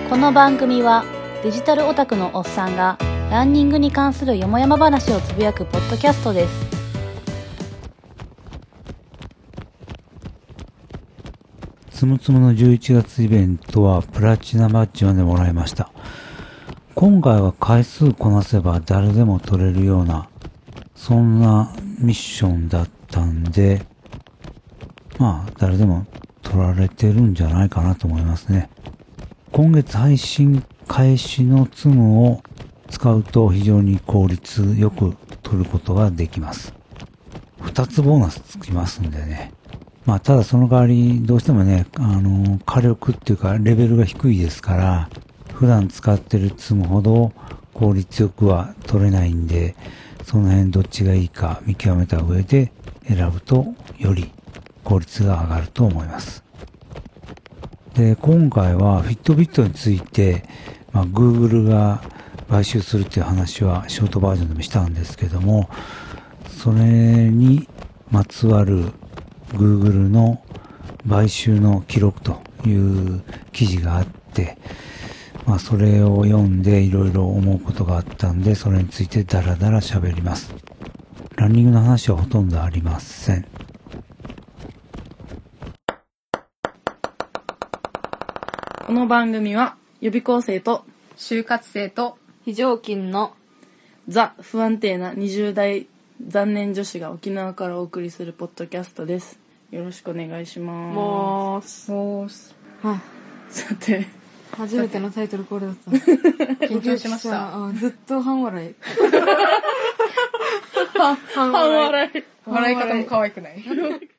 この番組はデジタルオタクのおっさんがランニングに関するよもやま話をつぶやくポッドキャストです。 つむつむの11月イベントはプラチナバッジまでもらいました。今回は回数こなせば誰でも取れるようなそんなミッションだったんで、誰でも取られてるんじゃないかなと思いますね。今月配信開始のツムを使うと非常に効率よく取ることができます。2つボーナスつきますんでね。ただその代わりどうしてもね、火力っていうかレベルが低いですから、普段使ってるツムほど効率よくは取れないんで、その辺どっちがいいか見極めた上で選ぶとより効率が上がると思います。で、今回はフィットビットについて、Google が買収するっていう話はショートバージョンでもしたんですけども、それにまつわる Google の買収の記録という記事があって、それを読んでいろいろ思うことがあったんで、それについてダラダラ喋ります。ランニングの話はほとんどありません。 この番組は予備校生と就活生と非常勤のザ不安定な20代残念女子が沖縄からお送りするポッドキャストです。よろしくお願いします。さて、 初めてのタイトルコールだった。 緊張しました。 ずっと半笑い。 半笑い。 笑い方も可愛くない？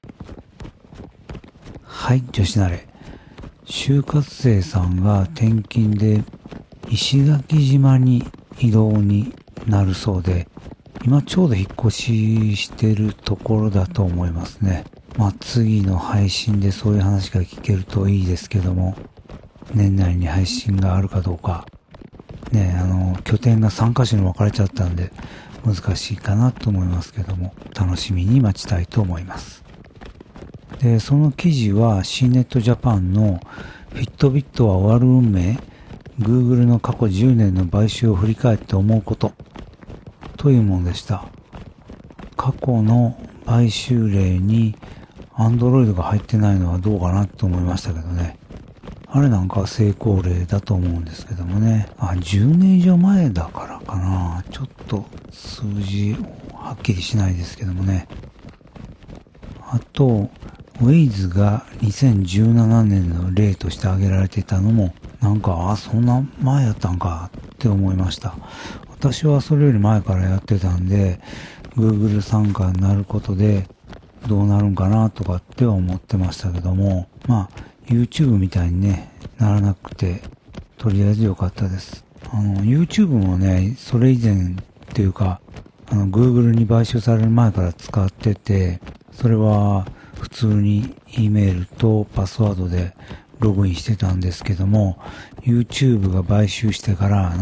はい、女子慣れ。就活生さんが転勤で石垣島に移動になるそうで、今ちょうど引っ越ししてるところだと思いますね。次の配信でそういう話が聞けるといいですけども、年内に配信があるかどうかね、拠点が3カ所に分かれちゃったんで難しいかなと思いますけども、楽しみに待ちたいと思います。で、その記事は CNET Japan のフィットビットは終わる運命 Google の過去10年の買収を振り返って思うことというものでした。過去の買収例に Android が入ってないのはどうかなと思いましたけどね。あれなんかは成功例だと思うんですけどもね。10年以上前だからかな。ちょっと数字はっきりしないですけどもね。あと、Waze が2017年の例として挙げられていたのも、そんな前やったんかって思いました。私はそれより前からやってたんで、Google 参加になることでどうなるんかなとかっては思ってましたけども、YouTube みたいにね、ならなくて、とりあえず良かったです。YouTube もね、それ以前っていうか、Google に買収される前から使ってて、それは普通に E メールとパスワードでログインしてたんですけども、YouTube が買収してから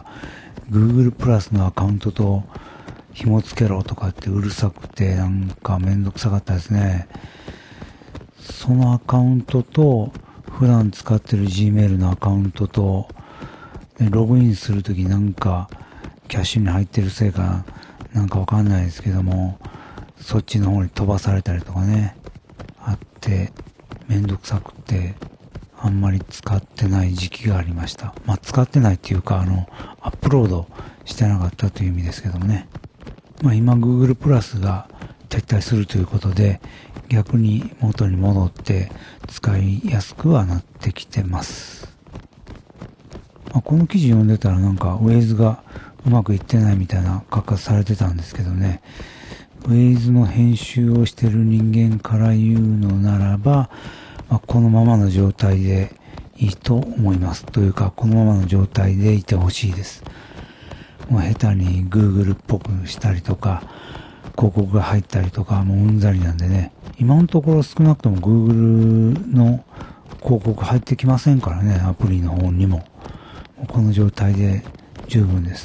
Google プラスのアカウントと紐付けろとかってうるさくてめんどくさかったですね。そのアカウントと普段使ってる Gmail のアカウントとログインするときキャッシュに入ってるせいかわかんないですけども、そっちの方に飛ばされたりとかねあってめんどくさくてあんまり使ってない時期がありました。使ってないっていうかアップロードしてなかったという意味ですけどもね。今 Google プラスが撤退するということで逆に元に戻って使いやすくはなってきてます。この記事読んでたらWaze がうまくいってないみたいな書かされてたんですけどね。Waze の編集をしてる人間から言うのならば、このままの状態でいいと思います。というか、このままの状態でいてほしいです。もう下手に Google っぽくしたりとか、広告が入ったりとか、もううんざりなんでね。今のところ少なくとも Google の広告入ってきませんからね、アプリの方にも。この状態で十分です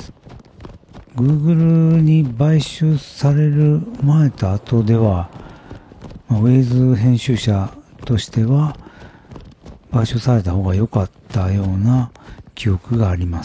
。Google に買収される前と後では、Waze 編集者としては買収された方が良かったような記憶があります。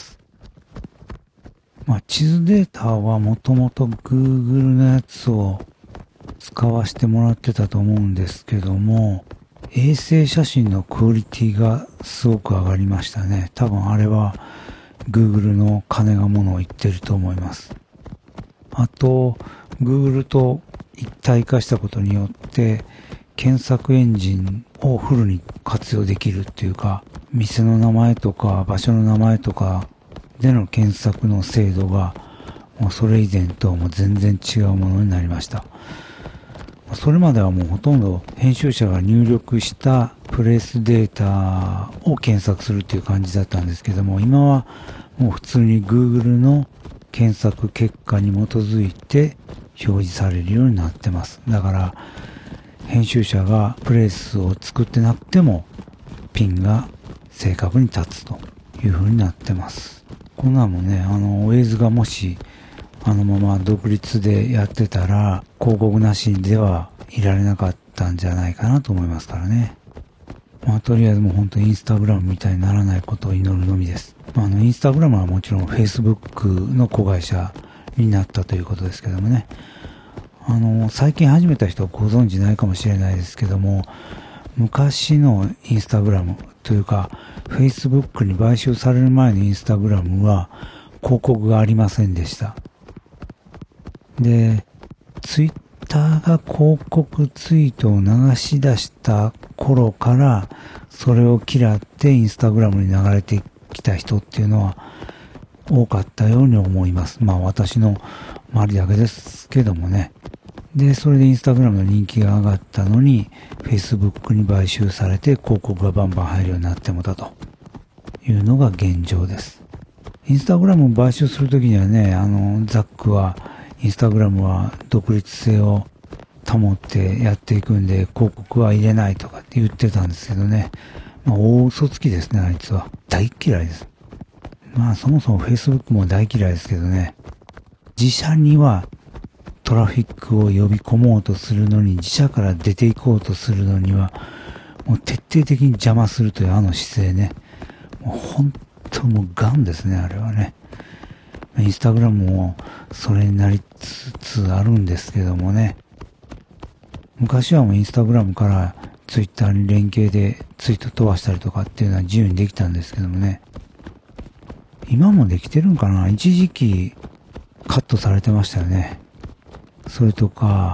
地図データはもともと Google のやつを使わせてもらってたと思うんですけども、衛星写真のクオリティがすごく上がりましたね。多分あれは Google の金がものを言ってると思います。あと、Google と一体化したことによって検索エンジンをフルに活用できるっていうか、店の名前とか場所の名前とかでの検索の精度がもうそれ以前とはもう全然違うものになりました。それまではもうほとんど編集者が入力したプレスデータを検索するっていう感じだったんですけども、今はもう普通に Google の検索結果に基づいて表示されるようになってます。だから編集者がプレスを作ってなくてもピンが正確に立つという風になってます。こんなんもね、Waze がもしあのまま独立でやってたら広告なしではいられなかったんじゃないかなと思いますからね。とりあえずもう本当にインスタグラムみたいにならないことを祈るのみです。インスタグラムはもちろん Facebook の子会社になったということですけどもね。最近始めた人はご存知ないかもしれないですけども、昔のインスタグラムというか Facebook に買収される前のインスタグラムは広告がありませんでした。で、ツイッターが広告ツイートを流し出した頃からそれを嫌ってインスタグラムに流れてきた人っていうのは多かったように思います。私の周りだけですけどもね。で、それでインスタグラムの人気が上がったのに Facebook に買収されて広告がバンバン入るようになってもたというのが現状です。インスタグラムを買収するときにはね、ザックはインスタグラムは独立性を保ってやっていくんで広告は入れないとかって言ってたんですけどね。大嘘つきですね、あいつは。大嫌いです。そもそも Facebook も大嫌いですけどね。自社にはトラフィックを呼び込もうとするのに、自社から出ていこうとするのには、もう徹底的に邪魔するというあの姿勢ね。もう本当もうガンですね、あれはね。インスタグラムもそれになりつつあるんですけどもね。昔はもうインスタグラムからツイッターに連携でツイート飛ばしたりとかっていうのは自由にできたんですけどもね。今もできてるんかな？一時期カットされてましたよね。それとか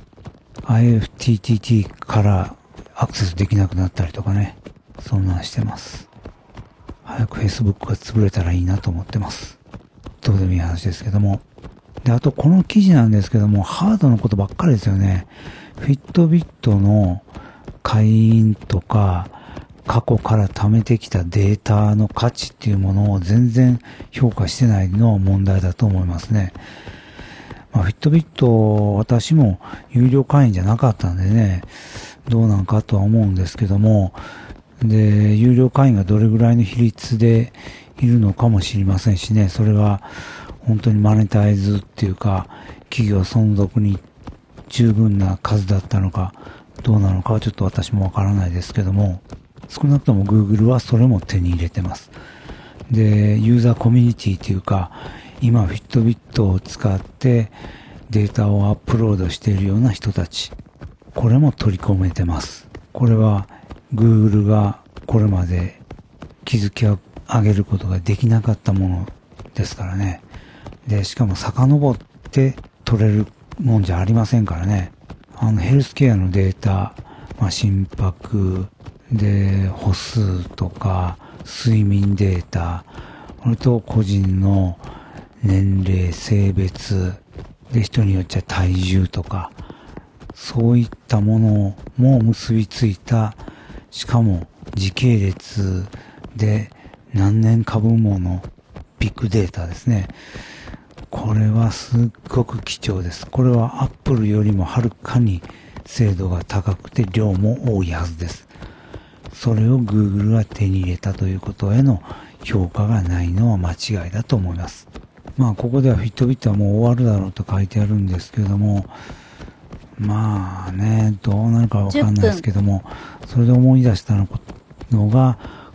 IFTTT からアクセスできなくなったりとかね。そんなんしてます。早く Facebook が潰れたらいいなと思ってます。どうでもいい話ですけども。で、あとこの記事なんですけども、ハードのことばっかりですよね。フィットビットの会員とか、過去から貯めてきたデータの価値っていうものを全然評価してないのは問題だと思いますね。フィットビット、私も有料会員じゃなかったんでね、どうなんかとは思うんですけども、で、有料会員がどれぐらいの比率でいるのかもしれませんしね、それが本当にマネタイズっていうか、企業存続に十分な数だったのか、どうなのかはちょっと私もわからないですけども、少なくとも Google はそれも手に入れてます。で、ユーザーコミュニティというか、今フィットビットを使ってデータをアップロードしているような人たち、これも取り込めてます。これは Google がこれまで築き上げることができなかったものですからね。で、しかも遡って取れるもんじゃありませんからね。ヘルスケアのデータ、心拍で歩数とか睡眠データ、それと個人の年齢、性別で人によっちゃ体重とか、そういったものも結びついた、しかも時系列で何年か分ものビッグデータですね。これはすっごく貴重です。これは Apple よりもはるかに精度が高くて量も多いはずです。それを Google が手に入れたということへの評価がないのは間違いだと思います。ここではフィットビットはもう終わるだろうと書いてあるんですけども、どうなるかわかんないですけども、それで思い出したのが、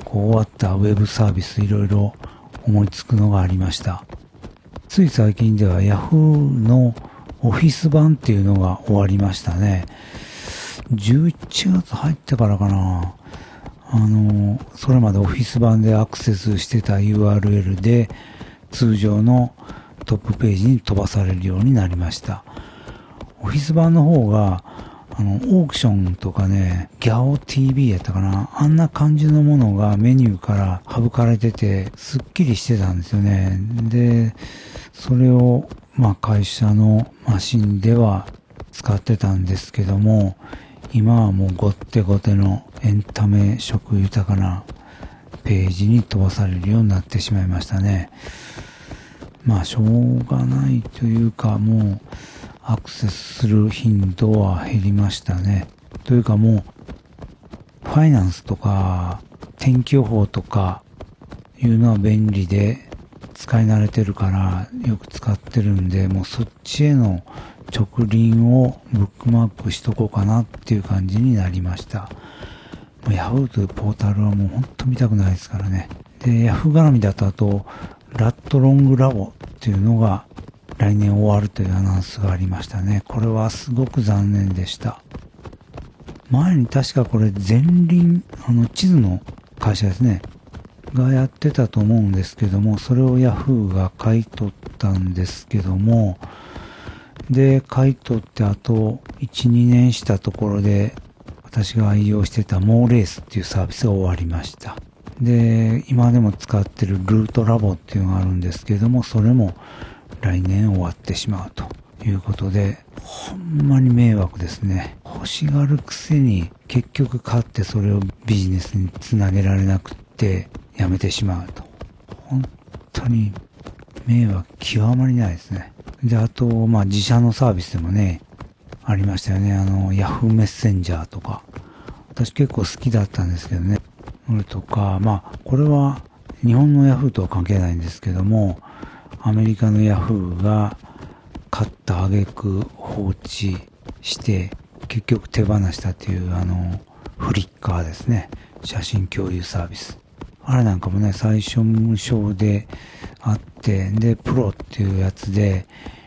こう終わったウェブサービスいろいろ思いつくのがありました。つい最近では Yahoo のオフィス版っていうのが終わりましたね。11月入ってからかな。それまでオフィス版でアクセスしてた URL で通常のトップページに飛ばされるようになりました。オフィス版の方がオークションとかね、GAO-TV やったかな、あんな感じのものがメニューから省かれてて、すっきりしてたんですよね。で、それを、会社のマシンでは使ってたんですけども、今はもうごってごてのエンタメ色豊かなページに飛ばされるようになってしまいましたね。しょうがないというか、もう、アクセスする頻度は減りましたね。というかもう、ファイナンスとか、天気予報とかいうのは便利で使い慣れてるからよく使ってるんで、もうそっちへの直輪をブックマークしとこうかなっていう感じになりました。Yahoo というポータルはもうほんと見たくないですからね。で、Yahoo 絡みだとあと、ラットロングラボっていうのが来年終わるというアナウンスがありましたね。これはすごく残念でした。前に確かこれ前輪、地図の会社ですね。がやってたと思うんですけども、それを Yahoo が買い取ったんですけども、で、買い取ってあと1、2年したところで、私が愛用してたモーレースっていうサービスが終わりました。で、今でも使ってるルートラボっていうのがあるんですけども、それも来年終わってしまうということで、ほんまに迷惑ですね。欲しがるくせに結局買ってそれをビジネスにつなげられなくってやめてしまうと。本当に迷惑極まりないですね。で、あと、自社のサービスでもね、ありましたよね。Yahoo メッセンジャーとか。私結構好きだったんですけどね。それとか、これは日本の Yahoo とは関係ないんですけども、アメリカの Yahoo が買った挙句放置して結局手放したというフリッカーですね。写真共有サービス。あれなんかもね、最初無償であって、で、プロっていうやつで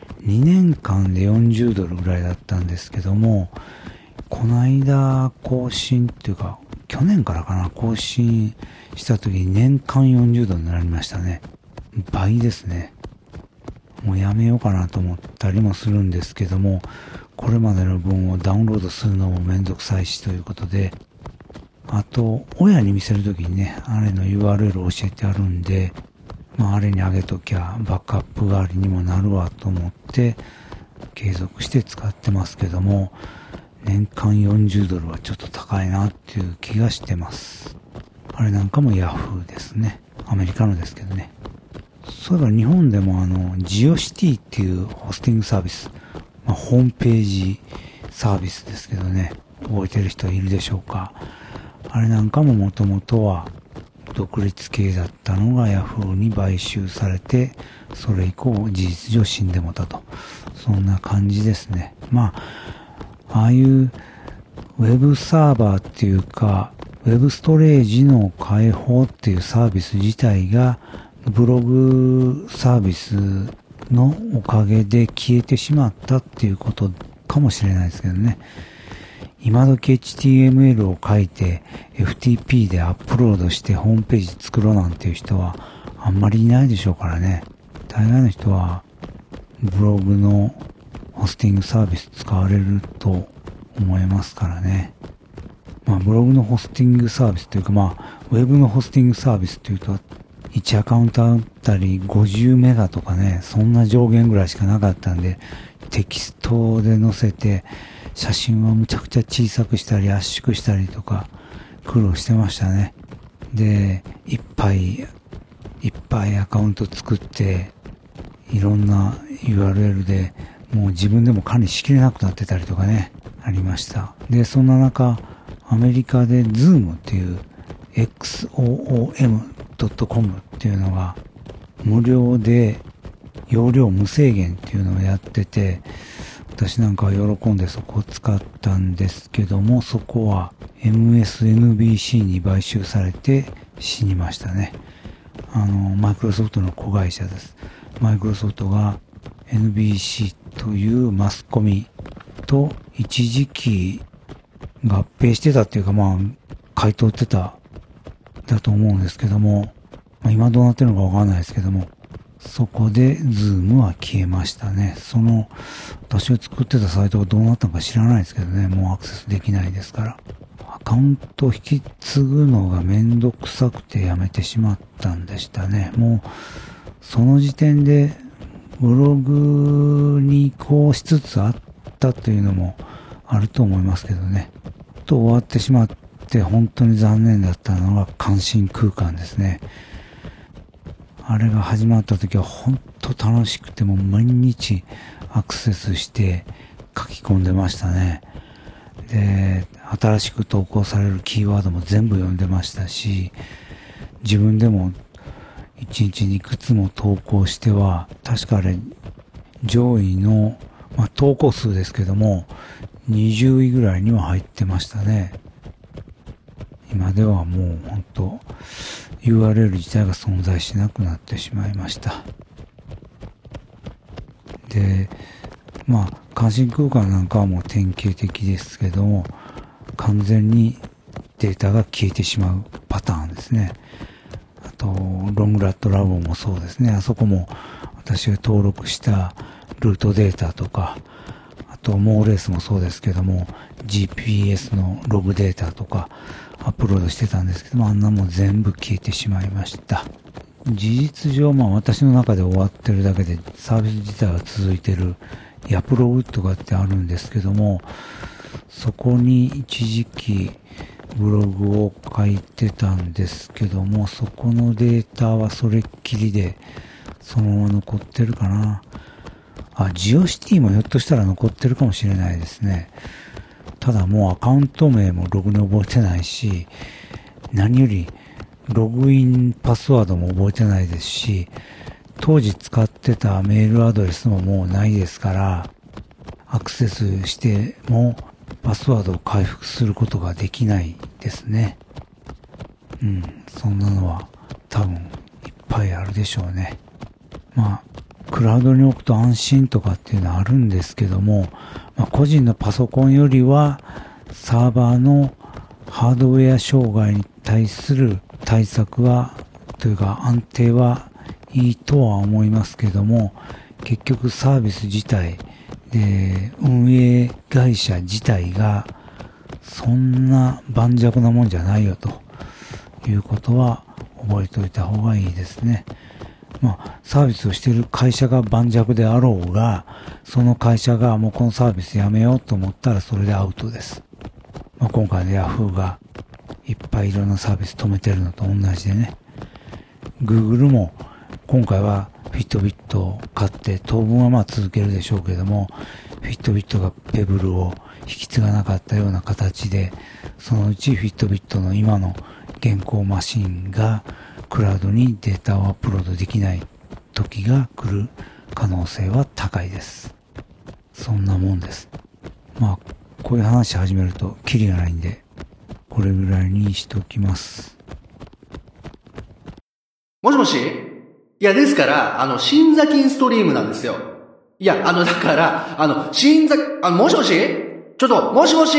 2年間で40ドルぐらいだったんですけども、この間更新っていうか、去年からかな、更新した時に年間40ドルになりましたね。倍ですね。もうやめようかなと思ったりもするんですけども、これまでの分をダウンロードするのもめんどくさいしということで、あと、親に見せるときにね、あれの URL を教えてあるんで、あれにあげときゃバックアップ代わりにもなるわと思って継続して使ってますけども、年間40ドルはちょっと高いなっていう気がしてます。あれなんかも Yahoo ですね。アメリカのですけどね。そういえば日本でもジオシティっていうホスティングサービス、ホームページサービスですけどね、覚えてる人いるでしょうか。あれなんかももともとは独立系だったのが Yahoo に買収されて、それ以降事実上死んでもたと。そんな感じですね。ああいうウェブサーバーっていうか、ウェブストレージの開放っていうサービス自体が、ブログサービスのおかげで消えてしまったっていうことかもしれないですけどね。今時 HTML を書いて FTP でアップロードしてホームページ作ろうなんていう人はあんまりいないでしょうからね。大概の人はブログのホスティングサービス使われると思いますからね。ブログのホスティングサービスというかウェブのホスティングサービスというと1アカウントあたり50メガとかね、そんな上限ぐらいしかなかったんで、テキストで載せて写真はむちゃくちゃ小さくしたり圧縮したりとか苦労してましたね。で、いっぱいアカウント作っていろんな URL でもう自分でも管理しきれなくなってたりとかね、ありました。で、そんな中、アメリカで Zoom っていう XOOM.com っていうのが無料で容量無制限っていうのをやってて、私なんかは喜んでそこを使ったんですけども、そこは MSNBC に買収されて死にましたね。マイクロソフトの子会社です。マイクロソフトが NBC というマスコミと一時期合併してたっていうか、買い取ってただと思うんですけども、今どうなってるのかわかんないですけども、そこでズームは消えましたね。私が作ってたサイトがどうなったのか知らないですけどね、もうアクセスできないですから。アカウントを引き継ぐのがめんどくさくてやめてしまったんでしたね。もう、その時点でブログに移行しつつあったというのもあると思いますけどね。終わってしまって本当に残念だったのが関心空間ですね。あれが始まった時は本当楽しくて、もう毎日アクセスして書き込んでましたね。で、新しく投稿されるキーワードも全部読んでましたし、自分でも一日にいくつも投稿しては、確かあれ上位の、投稿数ですけども20位ぐらいには入ってましたね。今ではもう本当 URL 自体が存在しなくなってしまいました。で、関心空間なんかはもう典型的ですけども、完全にデータが消えてしまうパターンですね。あと、ロングラットラボもそうですね。あそこも私が登録したルートデータとか、あとモーレースもそうですけども、GPS のログデータとかアップロードしてたんですけども、あんなもん全部消えてしまいました。事実上、私の中で終わってるだけでサービス自体は続いてるヤプログとかってあるんですけども、そこに一時期ブログを書いてたんですけども、そこのデータはそれっきりでそのまま残ってるかな。ジオシティもひょっとしたら残ってるかもしれないですね。ただもうアカウント名もログに覚えてないし、何よりログインパスワードも覚えてないですし、当時使ってたメールアドレスももうないですから、アクセスしてもパスワードを回復することができないですね。そんなのは多分いっぱいあるでしょうね。クラウドに置くと安心とかっていうのはあるんですけども、個人のパソコンよりはサーバーのハードウェア障害に対する対策はというか安定はいいとは思いますけども、結局サービス自体で運営会社自体がそんな盤石なもんじゃないよということは覚えておいた方がいいですね。サービスをしている会社が盤石であろうが、その会社がもうこのサービスやめようと思ったらそれでアウトです。今回の Yahoo がいっぱいいろんなサービス止めてるのと同じでね。Google も今回はフィットビットを買って当分は続けるでしょうけども、フィットビットがペブルを引き継がなかったような形で、そのうちフィットビットの今の現行マシンがクラウドにデータをアップロードできない時が来る可能性は高いです。そんなもんです。こういう話始めるとキリがないんで、これぐらいにしときます。 もしもし？いや、ですから、新座金ストリームなんですよ。いや、だから、新座、もしもし？ちょっと、もしもし？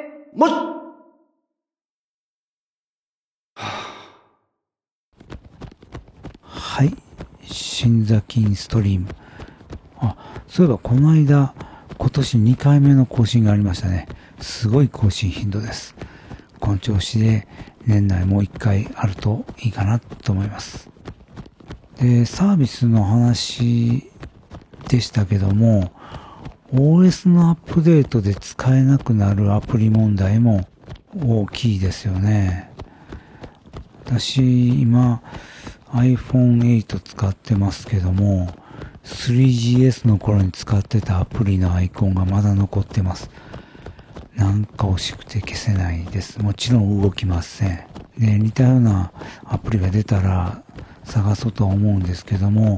はい。新座金ストリーム。そういえばこの間、今年2回目の更新がありましたね。すごい更新頻度です。この調子で年内もう1回あるといいかなと思います。で、サービスの話でしたけども、OS のアップデートで使えなくなるアプリ問題も大きいですよね。私、今、iPhone 8使ってますけども、3GS の頃に使ってたアプリのアイコンがまだ残ってます。なんか惜しくて消せないです。もちろん動きません。で、似たようなアプリが出たら探そうとは思うんですけども、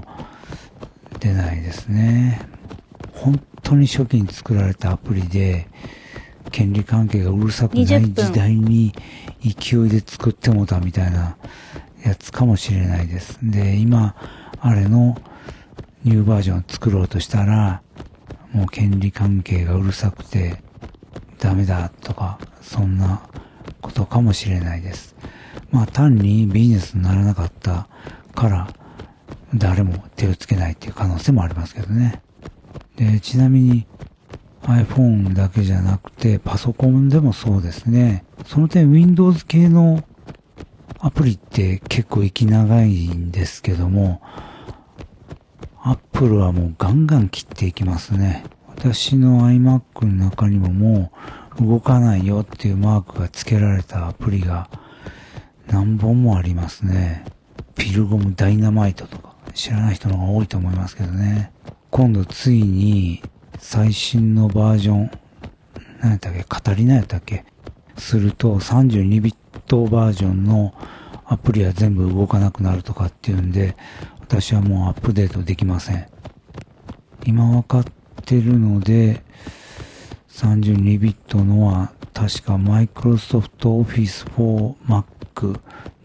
出ないですね。本当に初期に作られたアプリで、 権利関係がうるさくない時代に勢いで作ってもたみたいなやつかもしれないです。で、今、あれのニューバージョンを作ろうとしたら、もう権利関係がうるさくてダメだとか、そんなことかもしれないです。まあ単にビジネスにならなかったから誰も手をつけないっていう可能性もありますけどね。で、ちなみに iPhone だけじゃなくてパソコンでもそうですね。その点 Windows 系のアプリって結構息長いんですけども、Apple はもうガンガン切っていきますね。私の iMac の中にももう動かないよっていうマークが付けられたアプリが何本もありますね。ピルゴムダイナマイトとか知らない人の方が多いと思いますけどね。今度ついに最新のバージョン、何やったっけ、カタリナやったっけすると32ビットバージョンのアプリは全部動かなくなるとかっていうんで、私はもうアップデートできません。今わかってるので、32ビットのは確か Microsoft Office for Mac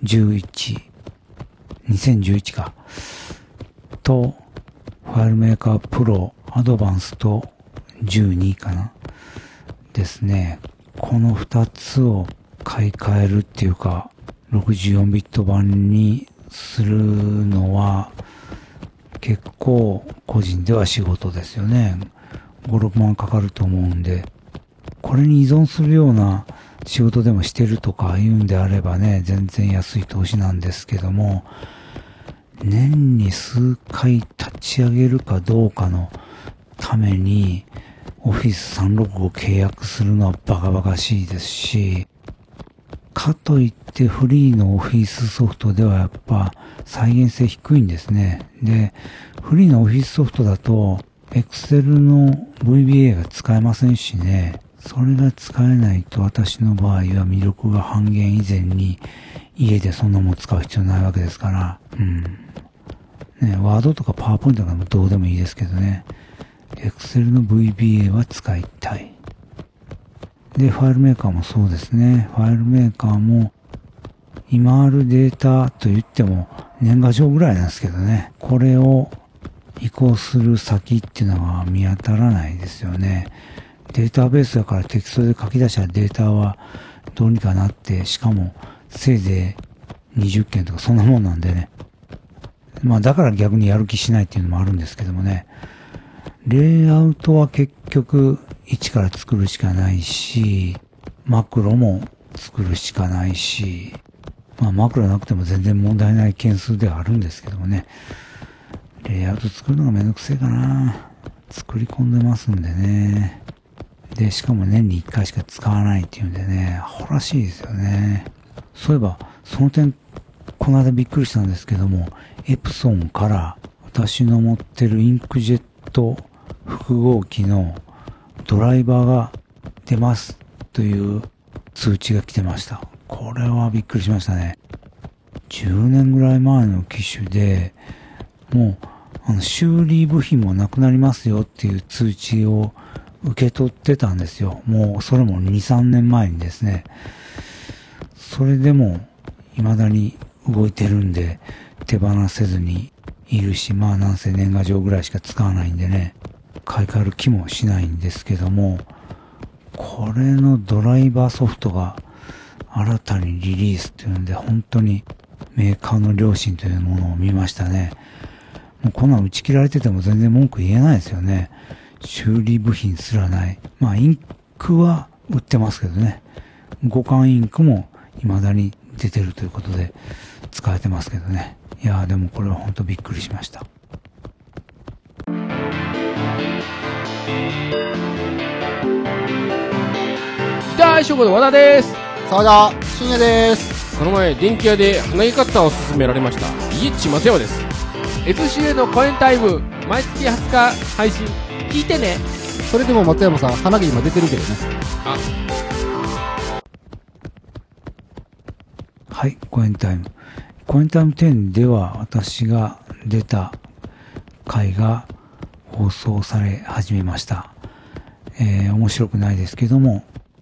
11、2011か。と、ファイルメーカープロアドバンスト12かな。ですね。この2つを買い替えるっていうか、64ビット版にするのは結構個人では仕事ですよね。5、6万かかると思うんで、これに依存するような仕事でもしてるとか言うんであればね、全然安い投資なんですけども、年に数回立ち上げるかどうかのために Office 365契約するのはバカバカしいですし、かといってフリーのオフィスソフトではやっぱ再現性低いんですね。で、フリーのオフィスソフトだと Excel の VBA が使えませんしね。それが使えないと私の場合は魅力が半減以前に家でそんなもん使う必要ないわけですから。ね、ワードとかパワーポイントとかもどうでもいいですけどね。Excel の VBA は使いたい。で、ファイルメーカーもそうですね。ファイルメーカーも、今あるデータと言っても年賀状ぐらいなんですけどね。これを移行する先っていうのは見当たらないですよね。データベースだからテキストで書き出したデータはどうにかなって、しかもせいぜい20件とかそんなもんなんでね。まあだから逆にやる気しないっていうのもあるんですけどもね。レイアウトは結局一から作るしかないし、マクロも作るしかないし、まあマクロなくても全然問題ない件数ではあるんですけどもね。レイアウト作るのがめんどくせえかな。作り込んでますんでね。で、しかも年に1回しか使わないっていうんでね、アホらしいですよね。そういえば、その点、この間びっくりしたんですけども、エプソンから私の持ってるインクジェット複合機のドライバーが出ますという通知が来てました。これはびっくりしましたね。10年ぐらい前の機種で、もう修理部品もなくなりますよっていう通知を受け取ってたんですよ。もうそれも2、3年前にですね。それでも未だに動いてるんで手放せずにいるし、まあなんせ年賀状ぐらいしか使わないんでね、買い替える気もしないんですけども、これのドライバーソフトが新たにリリースっていうんで、本当にメーカーの良心というものを見ましたね。もうこんなん打ち切られてても全然文句言えないですよね。修理部品すらない。まあインクは売ってますけどね。互換インクも未だに出てるということで使えてますけどね。いやーでもこれは本当びっくりしました。 大将の和田です。 沢田信也です。 この前電気屋で花毛カッターを勧められましたイエッチ松山です。 FCA の公演タイム毎月20日配信聞いてね。 それでも松山さん花毛今出てるけどね。 はい、公演タイム。公演タイム10では私が出た回が放送され始めました。面白くないですけども、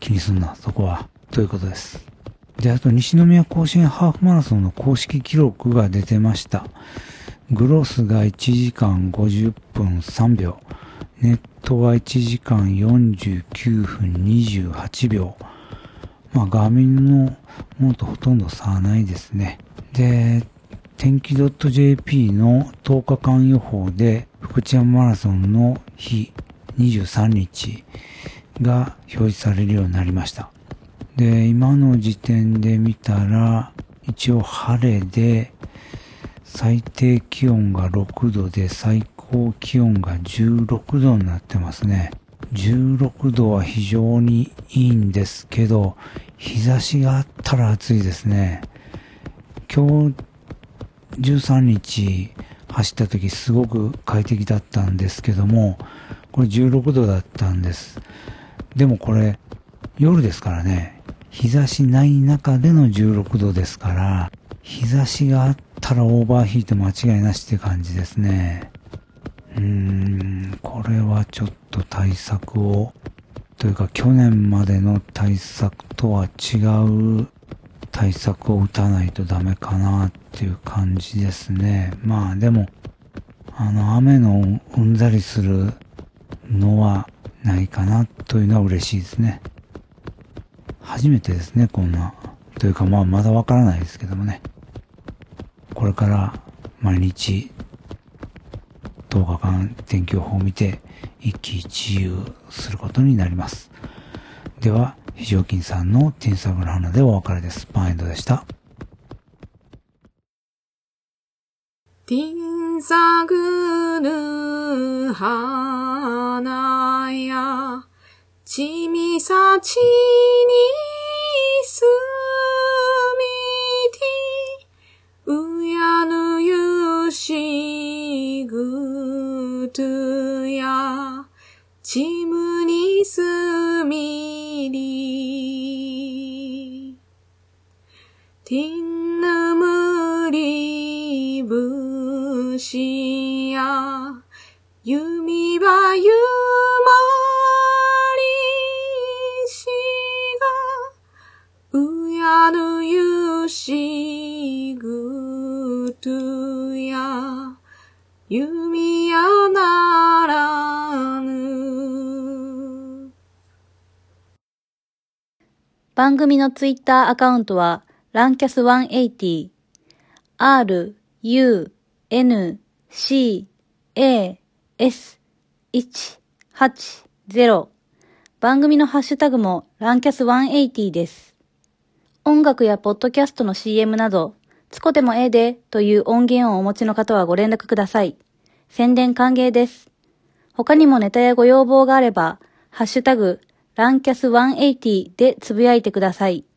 気にすんな、そこは。ということです。で、あと西宮甲子園ハーフマラソンの公式記録が出てました。グロスが1時間50分3秒。ネットが1時間49分28秒。ガーミンのものとほとんど差はないですね。で、天気 .jp の10日間予報で、福知山マラソンの日23日が表示されるようになりました。で、今の時点で見たら、一応晴れで、最低気温が6度で最高気温が16度になってますね。16度は非常にいいんですけど、日差しがあったら暑いですね。今日13日走った時すごく快適だったんですけども、これ16度だったんです。でもこれ夜ですからね、日差しない中での16度ですから、日差しがあったらオーバーヒート間違いなしって感じですね。これはちょっと対策を、というか去年までの対策とは違う対策を打たないとダメかなっていう感じですね。でも、雨のうんざりするのはないかなというのは嬉しいですね。初めてですね、こんな。というかまだわからないですけどもね。これから毎日10日間天気予報を見て一喜一憂することになります。では、非常勤さんのティンサグの花でお別れです。パンエンドでした。 ティンサグの花やちみさちにすみてうやぬゆしぐとやちむにすみりティンヌムリブシやゆみばゆまりしがうやぬゆしぐとやゆみやならぬ。 番組のツイッターアカウントはランキャス180 RUNCAS180 番組のハッシュタグもランキャス180です。音楽やポッドキャストの CM などつこでもええでという音源をお持ちの方はご連絡ください。宣伝歓迎です。他にもネタやご要望があれば、ハッシュタグ、ランキャス180でつぶやいてください。